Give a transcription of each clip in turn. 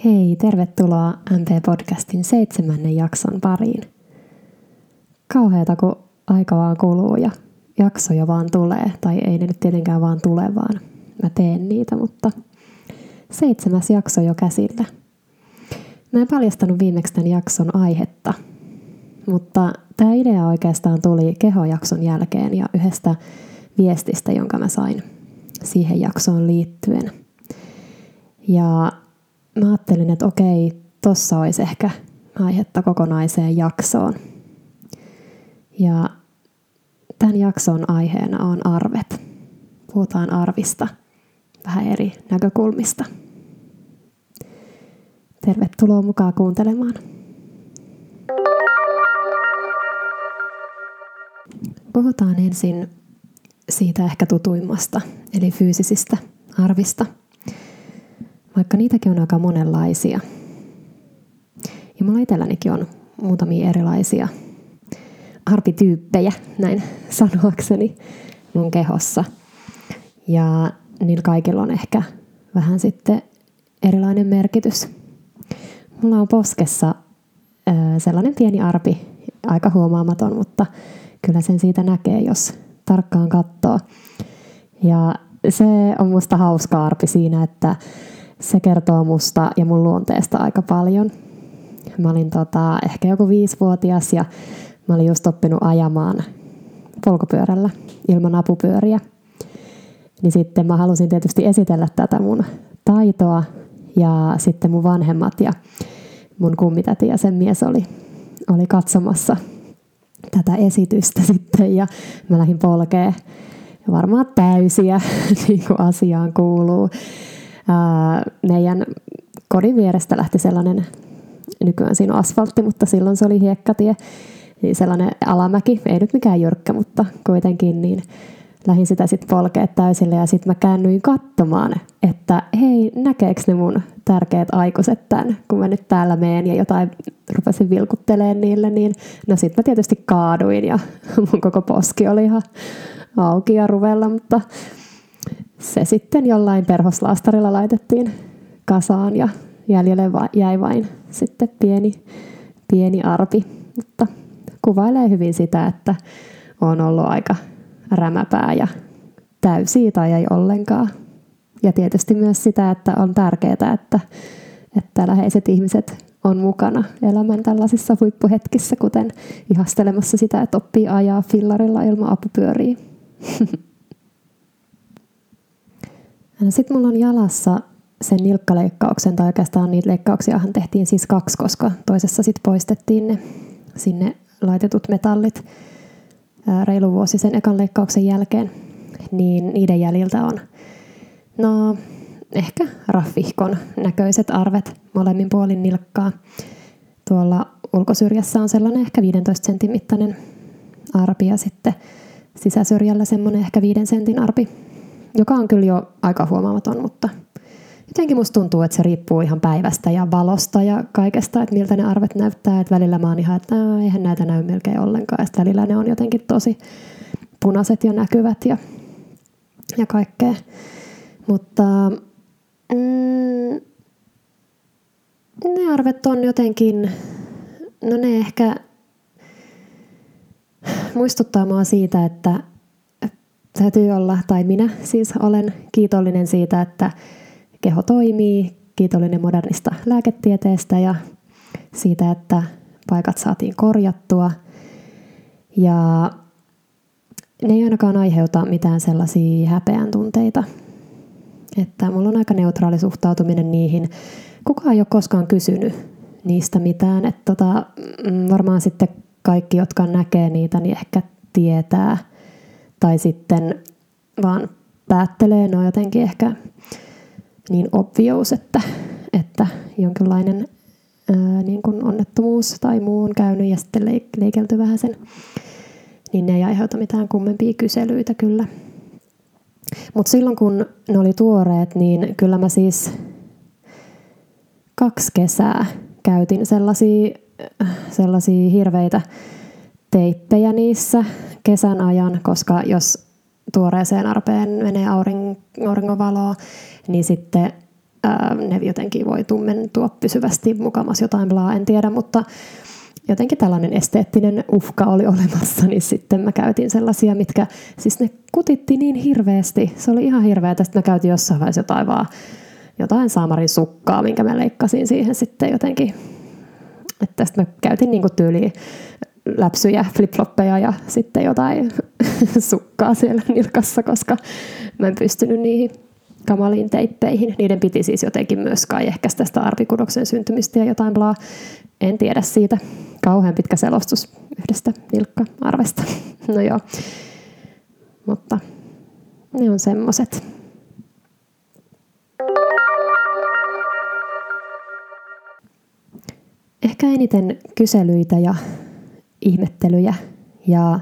Hei, tervetuloa MP-podcastin 7. jakson pariin. Kauheeta, kun aika vaan kuluu ja jakso jo vaan tulee. Tai ei ne nyt tietenkään vaan tule, vaan mä teen niitä, mutta 7. jakso jo käsillä. Mä en paljastanut viimeksi tämän jakson aihetta, mutta tämä idea oikeastaan tuli kehojakson jälkeen ja yhdestä viestistä, jonka mä sain siihen jaksoon liittyen. Ja mä ajattelin, että okei, tossa olisi ehkä aihetta kokonaiseen jaksoon. Ja tämän jakson aiheena on arvet. Puhutaan arvista vähän eri näkökulmista. Tervetuloa mukaan kuuntelemaan. Puhutaan ensin siitä ehkä tutuimmasta, eli fyysisistä arvista. Vaikka niitäkin on aika monenlaisia. Ja mulla itsellänikin on muutamia erilaisia arvityyppejä, näin sanoakseni, mun kehossa. Ja niillä kaikilla on ehkä vähän sitten erilainen merkitys. Mulla on poskessa sellainen pieni arpi, aika huomaamaton, mutta kyllä sen siitä näkee, jos tarkkaan katsoo. Ja se on musta hauska arpi siinä, että se kertoo musta ja mun luonteesta aika paljon. Mä olin ehkä joku 5-vuotias ja mä olin just oppinut ajamaan polkupyörällä ilman apupyöriä. Niin sitten mä halusin tietysti esitellä tätä mun taitoa ja sitten mun vanhemmat ja mun kummitäti ja sen mies oli katsomassa tätä esitystä sitten ja mä lähdin polkee varmaan täysiä, niin kuin asiaan kuuluu. Meidän kodin vierestä lähti sellainen, nykyään siinä on asfaltti, mutta silloin se oli hiekkatie, niin sellainen alamäki, ei nyt mikään jyrkkä, mutta kuitenkin, niin lähdin sitä sitten polkea täysille ja sitten mä käännyin katsomaan, että hei, näkeekö ne mun tärkeät aikuiset tämän, kun mä nyt täällä meen ja jotain rupesin vilkuttelemaan niille, niin no sitten mä tietysti kaaduin ja mun koko poski oli ihan auki ja ruvella, mutta se sitten jollain perhoslaastarilla laitettiin kasaan ja jäljelle jäi vain sitten pieni arpi. Mutta kuvailee hyvin sitä, että on ollut aika rämäpää ja täysiä tai ei ollenkaan. Ja tietysti myös sitä, että on tärkeää, että läheiset ihmiset on mukana elämän tällaisissa huippuhetkissä, kuten ihastelemassa sitä, että oppii ajaa fillarilla ilman apupyöriä. Sitten mulla on jalassa sen nilkkaleikkauksen, tai oikeastaan niitä leikkauksiahan tehtiin siis 2, koska toisessa sitten poistettiin ne sinne laitetut metallit reilu vuosi sen ekan leikkauksen jälkeen. Niin niiden jäljiltä on ehkä raffihkon näköiset arvet molemmin puolin nilkkaa. Tuolla ulkosyrjässä on sellainen ehkä 15 sentin mittainen arpi ja sitten sisäsyrjällä semmoinen ehkä 5 sentin arpi, joka on kyllä jo aika huomaamaton, mutta jotenkin musta tuntuu, että se riippuu ihan päivästä ja valosta ja kaikesta, että miltä ne arvet näyttää. Että välillä mä oon ihan, että eihän näitä näy melkein ollenkaan. Ja sitten välillä ne on jotenkin tosi punaiset ja näkyvät ja kaikkea. Mutta ne arvet on jotenkin, no ne ehkä muistuttaa mua siitä, että täytyy olla, tai minä siis olen kiitollinen siitä, että keho toimii, kiitollinen modernista lääketieteestä ja siitä, että paikat saatiin korjattua. Ja ne ei ainakaan aiheuta mitään sellaisia häpeän tunteita. Että mulla on aika neutraali suhtautuminen niihin. Kukaan ei ole koskaan kysynyt niistä mitään. Että varmaan sitten kaikki, jotka näkee niitä, niin ehkä tietää. Tai sitten vaan päättelee, ne on jotenkin ehkä niin obvious, että jonkinlainen niin kuin onnettomuus tai muu on käynyt ja sitten leikelty vähän sen, niin ne ei aiheuta mitään kummempia kyselyitä kyllä. Mutta silloin kun ne oli tuoreet, niin kyllä mä siis 2 kesää käytin sellaisia hirveitä teippejä niissä kesän ajan, koska jos tuoreeseen arpeen menee auringonvaloa, niin sitten ne jotenkin voi tummentua pysyvästi mukamas jotain blaa, en tiedä, mutta jotenkin tällainen esteettinen uhka oli olemassa, niin sitten mä käytin sellaisia, mitkä, siis ne kutitti niin hirveästi, se oli ihan hirveätä, sitten mä käytin jossain vaiheessa jotain saamarin sukkaa, minkä mä leikkasin siihen sitten jotenkin, että sitten mä käytin niinku tyyliin läpsyjä, flip-floppeja ja sitten jotain sukkaa siellä nilkassa, koska mä en pystynyt niihin kamaliin teippeihin. Niiden piti siis jotenkin myös kai ehkäistä sitä arpikudoksen syntymistä ja jotain blaa. En tiedä siitä. Kauhean pitkä selostus yhdestä nilkka-arvesta. No joo, mutta ne on semmoset. Ehkä eniten kyselyitä ja ihmettelyjä ja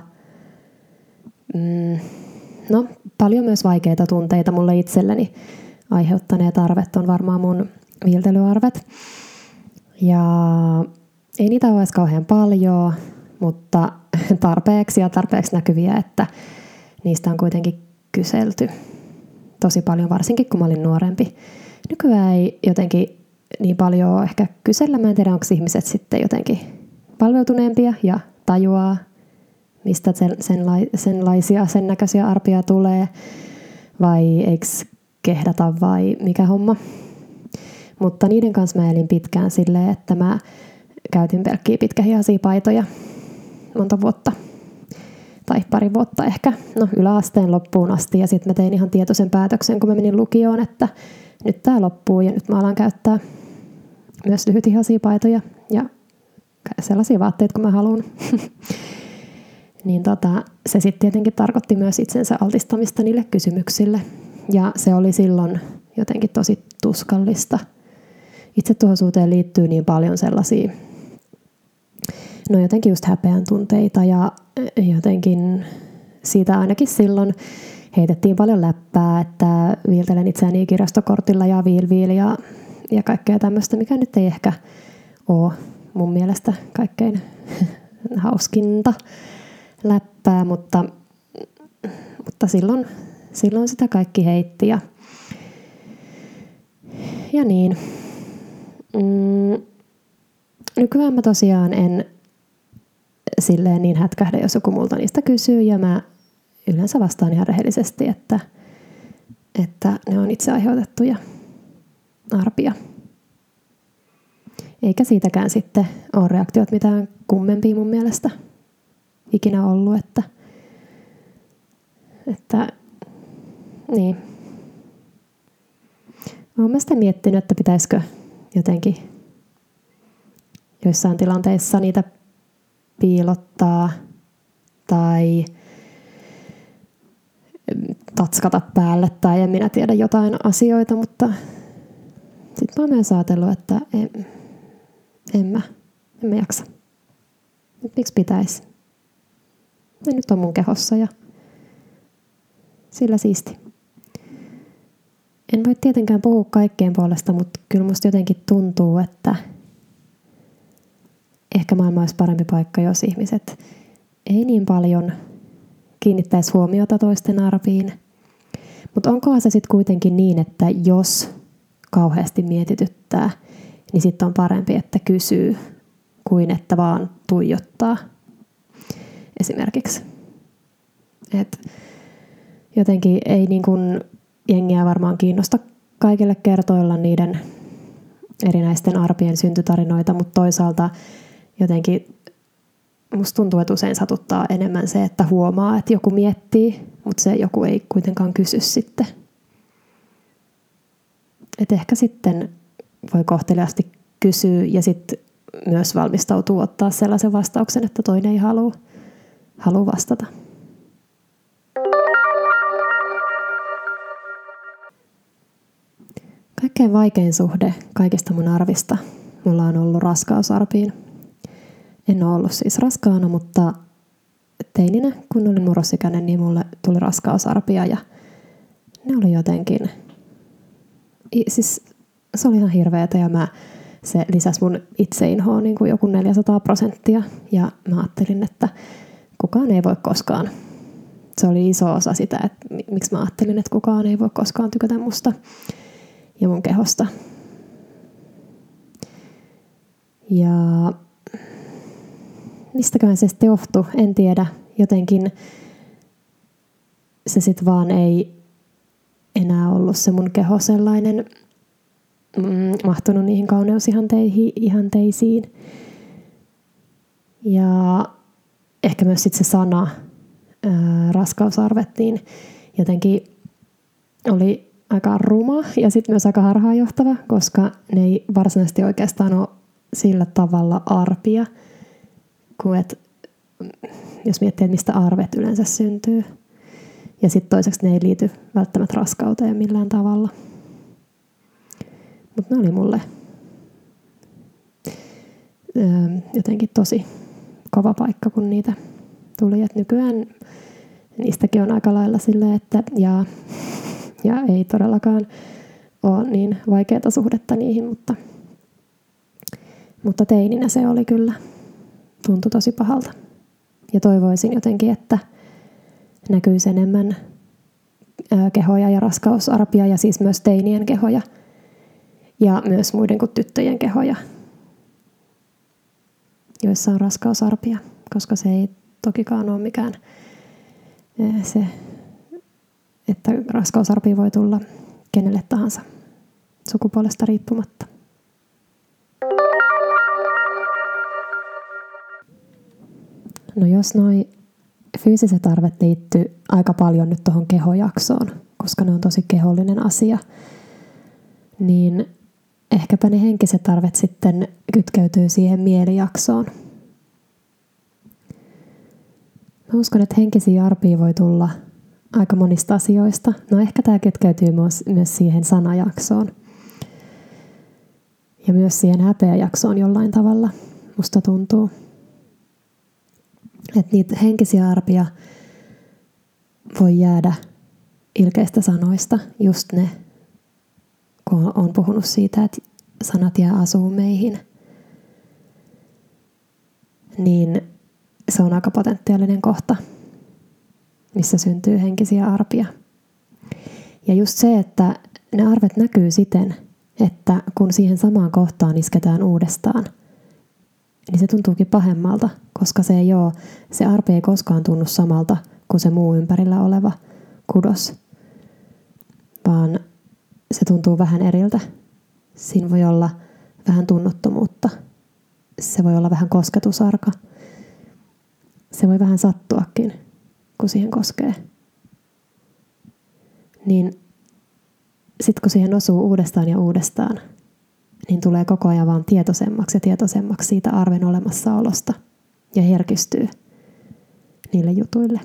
paljon myös vaikeita tunteita mulle itselleni aiheuttaneet arvet on varmaan mun viiltelyarvet. Ja ei niitä ole edes kauhean paljon, mutta tarpeeksi näkyviä, että niistä on kuitenkin kyselty tosi paljon, varsinkin kun mä olin nuorempi. Nykyään ei jotenkin niin paljon ehkä kysellä. Mä en tiedä, onko ihmiset sitten jotenkin palveutuneempia ja tajuaa, mistä sen näköisiä arpia tulee, vai eikö kehdata vai mikä homma. Mutta niiden kanssa mä elin pitkään silleen, että mä käytin pelkkiä pitkähihaisia paitoja monta vuotta. Tai pari vuotta ehkä, yläasteen loppuun asti. Ja sitten mä tein ihan tietoisen päätöksen, kun mä menin lukioon, että nyt tää loppuu ja nyt mä alan käyttää myös lyhytihaisia paitoja ja sellaisia vaatteita, kun mä haluan. Niin se sitten tietenkin tarkoitti myös itsensä altistamista niille kysymyksille. Ja se oli silloin jotenkin tosi tuskallista. Itsetuhoisuuteen liittyy niin paljon sellaisia, jotenkin just häpeän tunteita ja jotenkin siitä ainakin silloin heitettiin paljon läppää, että viiltelen itseäni kirjastokortilla ja viil ja kaikkea tämmöistä, mikä nyt ei ehkä ole mun mielestä kaikkein hauskinta läppää, mutta silloin sitä kaikki heitti ja niin. Nykyään mä tosiaan en silleen niin hätkähdä, jos joku multa niistä kysyy ja mä yleensä vastaan ihan rehellisesti, että ne on itse aiheutettuja arpia. Eikä siitäkään sitten ole reaktiot mitään kummempia mun mielestä ikinä ollut, että niin. Olen mä sitä miettinyt, että pitäisikö jotenkin joissain tilanteissa niitä piilottaa tai tatskata päälle tai en minä tiedä jotain asioita, mutta sitten mä oon myös ajatellut, että en mä jaksa. Miksi pitäisi? Ne nyt on mun kehossa ja sillä siisti. En voi tietenkään puhua kaikkien puolesta, mutta kyllä musta jotenkin tuntuu, että ehkä maailma olisi parempi paikka, jos ihmiset ei niin paljon kiinnittäisi huomiota toisten arpiin. Mutta onkohan se sitten kuitenkin niin, että jos kauheasti mietityttää, niin sitten on parempi, että kysyy, kuin että vaan tuijottaa esimerkiksi. Et jotenkin ei niin kuin jengiä varmaan kiinnosta kaikille kertoilla niiden erinäisten arpien syntytarinoita, mutta toisaalta jotenkin musta tuntuu, että usein satuttaa enemmän se, että huomaa, että joku miettii, mutta se joku ei kuitenkaan kysy sitten. Et ehkä sitten voi kohteliaasti kysyä ja sitten myös valmistautuu ottaa sellaisen vastauksen, että toinen ei halua vastata. Kaikkein vaikein suhde kaikista mun arvista mulla on ollut raskausarpiin. En ole ollut siis raskaana, mutta teininä, kun olin murrosikäinen, niin mulle tuli raskausarpia ja ne oli jotenkin, siis se oli ihan hirveetä ja se lisäsi mun itseinhoa niin kuin joku 400% ja mä ajattelin, että kukaan ei voi koskaan. Se oli iso osa sitä, että miksi mä ajattelin, että kukaan ei voi koskaan tykätä musta. ja mun kehosta. Ja mistäköhän se sitten johtui, en tiedä. Jotenkin se sitten vaan ei enää ollut se mun keho sellainen mahtunut niihin kauneusihanteisiin. Ja ehkä myös sitten se sana raskausarvet, niin jotenkin oli aika ruma ja sitten myös aika harhaanjohtava, koska ne ei varsinaisesti oikeastaan ole sillä tavalla arpia, kuin jos miettii, että mistä arvet yleensä syntyy. Ja sitten toiseksi ne ei liity välttämättä raskauteen millään tavalla. Mutta ne oli mulle jotenkin tosi kova paikka, kun niitä tuli. Et nykyään niistäkin on aika lailla silleen, että ja ei todellakaan ole niin vaikeaa suhdetta niihin, mutta teininä se oli kyllä, tuntui tosi pahalta. Ja toivoisin jotenkin, että näkyisi enemmän kehoja ja raskausarpia ja siis myös teinien kehoja ja myös muiden kuin tyttöjen kehoja, joissa on raskausarpia, koska se ei tokikaan ole mikään se, että raskausarpia voi tulla kenelle tahansa sukupuolesta riippumatta. No jos noi fyysiset arvet liittyy aika paljon nyt tuohon kehojaksoon, koska ne on tosi kehollinen asia, niin ehkäpä ne henkiset arvet sitten kytkeytyy siihen mielijaksoon. Mä uskon, että henkisiä arpia voi tulla aika monista asioista. No ehkä tämä kytkeytyy myös siihen sanajaksoon. Ja myös siihen häpeäjaksoon jollain tavalla, musta tuntuu. Että niitä henkisiä arpia voi jäädä ilkeistä sanoista, just ne, kun on puhunut siitä, että sanat jää asuu meihin, niin se on aika potentiaalinen kohta, missä syntyy henkisiä arpia. Ja just se, että ne arvet näkyy siten, että kun siihen samaan kohtaan isketään uudestaan, niin se tuntuukin pahemmalta, koska se arpi ei koskaan tunnu samalta kuin se muu ympärillä oleva kudos, vaan se tuntuu vähän eriltä. Siinä voi olla vähän tunnottomuutta. Se voi olla vähän kosketusarka. Se voi vähän sattuakin, kun siihen koskee. Niin sitten kun siihen osuu uudestaan ja uudestaan, niin tulee koko ajan vaan tietoisemmaksi ja tietoisemmaksi siitä arven olemassaolosta ja herkistyy niille jutuille.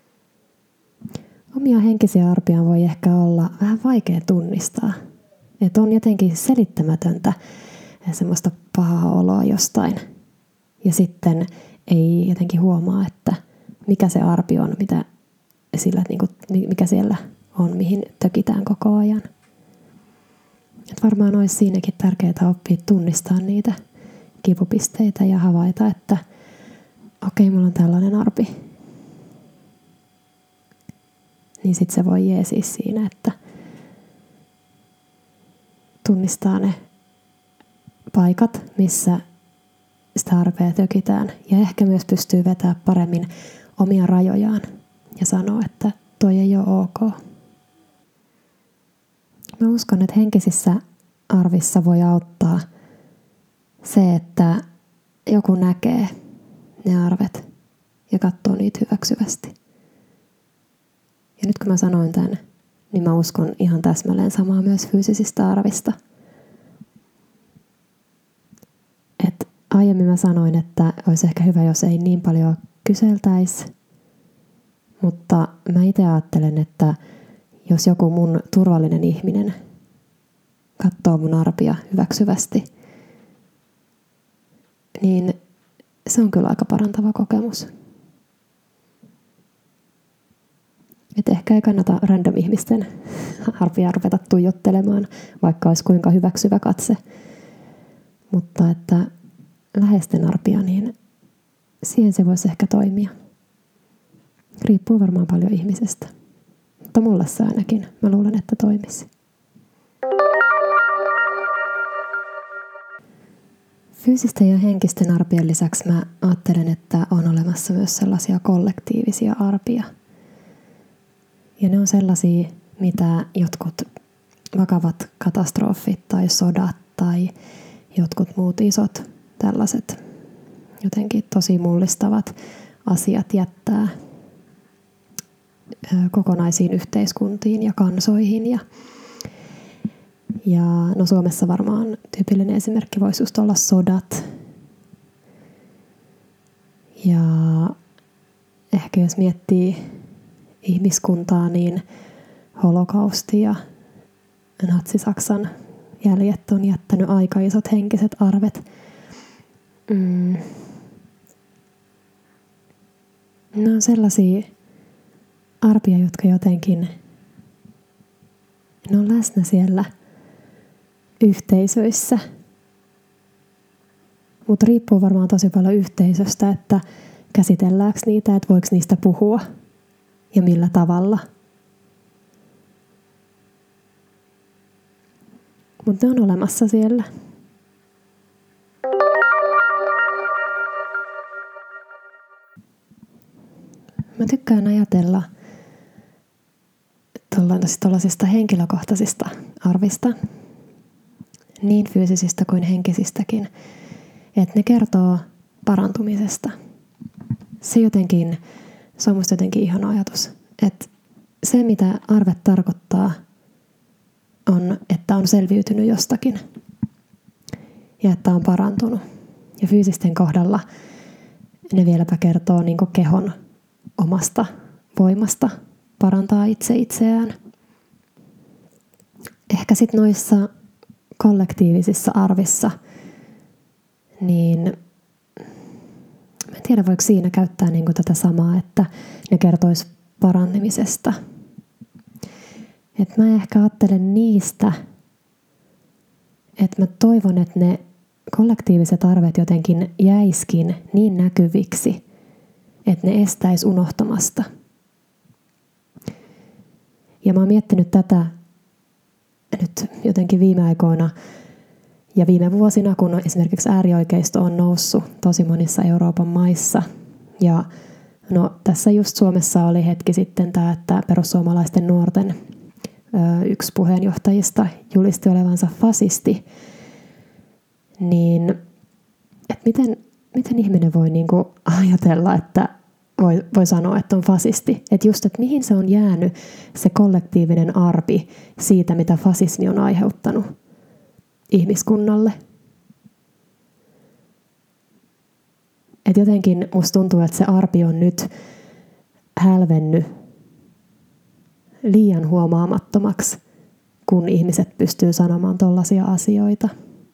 Omia henkisiä arpia voi ehkä olla vähän vaikea tunnistaa. Että on jotenkin selittämätöntä semmoista pahaa oloa jostain. Ja sitten ei jotenkin huomaa, että mikä se arpi on, mikä siellä on, mihin tökitään koko ajan. Et varmaan olisi siinäkin tärkeää oppia tunnistaa niitä kipupisteitä ja havaita, että okei, mulla on tällainen arpi. Niin sitten se voi jeesiä siinä, että tunnistaa ne paikat, missä sitä arpea tökitään. Ja ehkä myös pystyy vetämään paremmin omia rajojaan ja sanoa, että toi ei ole ok. Mä uskon, että henkisissä arvissa voi auttaa se, että joku näkee ne arvet ja katsoo niitä hyväksyvästi. Ja nyt kun mä sanoin tämän, niin mä uskon ihan täsmälleen samaa myös fyysisistä arvista. Et aiemmin mä sanoin, että olisi ehkä hyvä, jos ei niin paljon kyseltäisi. Mutta mä itse ajattelen, että jos joku mun turvallinen ihminen katsoo mun arpia hyväksyvästi, niin se on kyllä aika parantava kokemus. Et ehkä ei kannata random ihmisten arpia ruveta tuijottelemaan, vaikka olisi kuinka hyväksyvä katse. Mutta että läheisten arpia, niin siihen se voisi ehkä toimia. Riippuu varmaan paljon ihmisestä. Mutta mulle se ainakin. Mä luulen, että toimisi. Fyysisten ja henkisten arpien lisäksi mä ajattelen, että on olemassa myös sellaisia kollektiivisia arpia. Ja ne on sellaisia, mitä jotkut vakavat katastrofit tai sodat tai jotkut muut isot tällaiset jotenkin tosi mullistavat asiat jättää kokonaisiin yhteiskuntiin ja kansoihin. Ja no Suomessa varmaan tyypillinen esimerkki voisi just olla sodat. Ja ehkä jos miettii ihmiskuntaa, niin holokausti ja natsi-Saksan jäljet on jättänyt aika isot henkiset arvet. Ne on sellaisia arpia, jotka jotenkin ne on läsnä siellä yhteisöissä. Mutta riippuu varmaan tosi paljon yhteisöstä, että käsitelläänkö niitä, että voiko niistä puhua ja millä tavalla. Mutta ne on olemassa siellä. Mä tykkään ajatella tuollaisista henkilökohtaisista arvista, niin fyysisistä kuin henkisistäkin, että ne kertoo parantumisesta. Se on musta jotenkin ihana ajatus, että se mitä arvet tarkoittaa on, että on selviytynyt jostakin ja että on parantunut. Ja fyysisten kohdalla ne vieläpä kertoo niin kuin kehon omasta voimasta parantaa itseään. Ehkä sitten noissa kollektiivisissa arvissa, niin mä en tiedä voiko siinä käyttää niinku tätä samaa, että ne kertois parannemisesta. Et mä ehkä ajattelen niistä, että mä toivon, että ne kollektiiviset arvet jotenkin jäiskin niin näkyviksi, että ne estäisi unohtamasta. Ja mä oon miettinyt tätä nyt jotenkin viime aikoina ja viime vuosina, kun esimerkiksi äärioikeisto on noussut tosi monissa Euroopan maissa. Ja no, tässä just Suomessa oli hetki sitten tämä, että perussuomalaisten nuorten yksi puheenjohtajista julisti olevansa fasisti. Niin, että miten ihminen voi niinku ajatella, että voi sanoa, että on fasisti. Että just, että mihin se on jäänyt se kollektiivinen arpi siitä, mitä fasismi on aiheuttanut ihmiskunnalle. Että jotenkin musta tuntuu, että se arpi on nyt hälvennyt liian huomaamattomaksi, kun ihmiset pystyy sanomaan tollaisia asioita.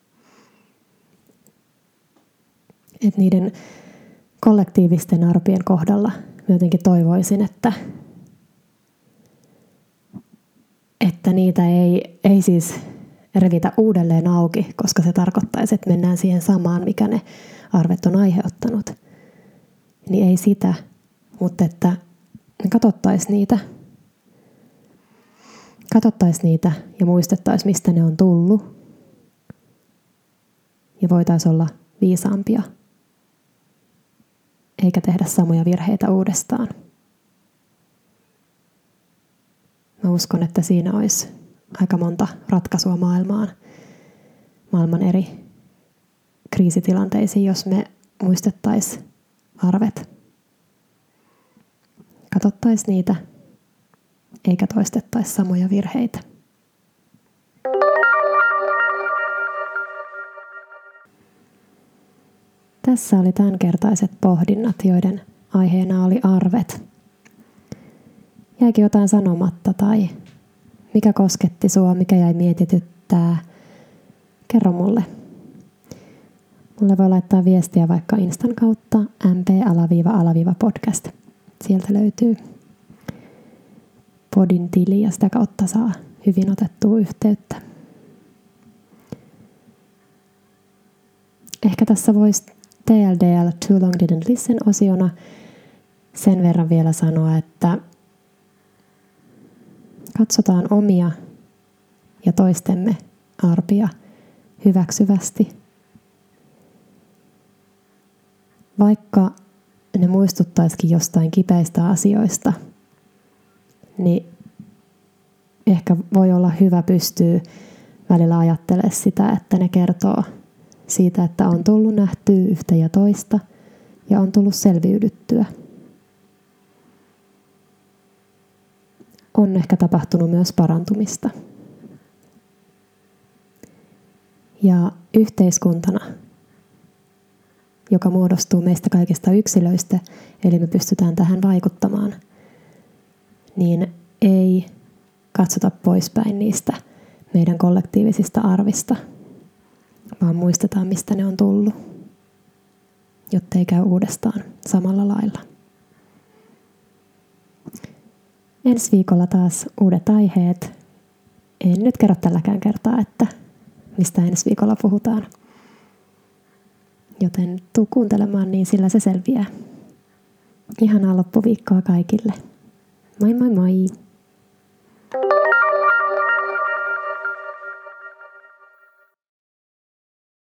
Että niiden kollektiivisten arpien kohdalla jotenkin toivoisin, että niitä ei siis revitä uudelleen auki, koska se tarkoittaisi, että mennään siihen samaan, mikä ne arvet on aiheuttanut. Niin ei sitä, mutta että me katsottaisiin niitä ja muistettaisiin, mistä ne on tullut. Ja voitaisiin olla viisaampia, eikä tehdä samoja virheitä uudestaan. Mä uskon, että siinä olisi aika monta ratkaisua maailman eri kriisitilanteisiin, jos me muistettaisiin arvet. Katsottaisiin niitä, eikä toistettaisi samoja virheitä. Tässä oli tämänkertaiset pohdinnat, joiden aiheena oli arvet. Jäikö jotain sanomatta tai mikä kosketti sua, mikä jäi mietityttää? Kerro mulle. Mulle voi laittaa viestiä vaikka Instan kautta mp_podcast. Sieltä löytyy podin tili ja sitä kautta saa hyvin otettua yhteyttä. Ehkä tässä voisi TLDL Too Long Didn't Listen -osiona sen verran vielä sanoa, että katsotaan omia ja toistemme arpia hyväksyvästi. vaikka ne muistuttaisikin jostain kipeistä asioista, niin ehkä voi olla hyvä pystyä välillä ajattelemaan sitä, että ne kertoo siitä, että on tullut nähtyä yhtä ja toista ja on tullut selviydyttyä. On ehkä tapahtunut myös parantumista. Ja yhteiskuntana, joka muodostuu meistä kaikista yksilöistä, eli me pystytään tähän vaikuttamaan, niin ei katsota poispäin niistä meidän kollektiivisista arvista, vaan muistetaan, mistä ne on tullut, jotta ei käy uudestaan samalla lailla. Ensi viikolla taas uudet aiheet. En nyt kerro tälläkään kertaa, että mistä ensi viikolla puhutaan. Joten tuu kuuntelemaan, niin sillä se selviää. Ihanaa loppuviikkoa kaikille. Moi moi moi!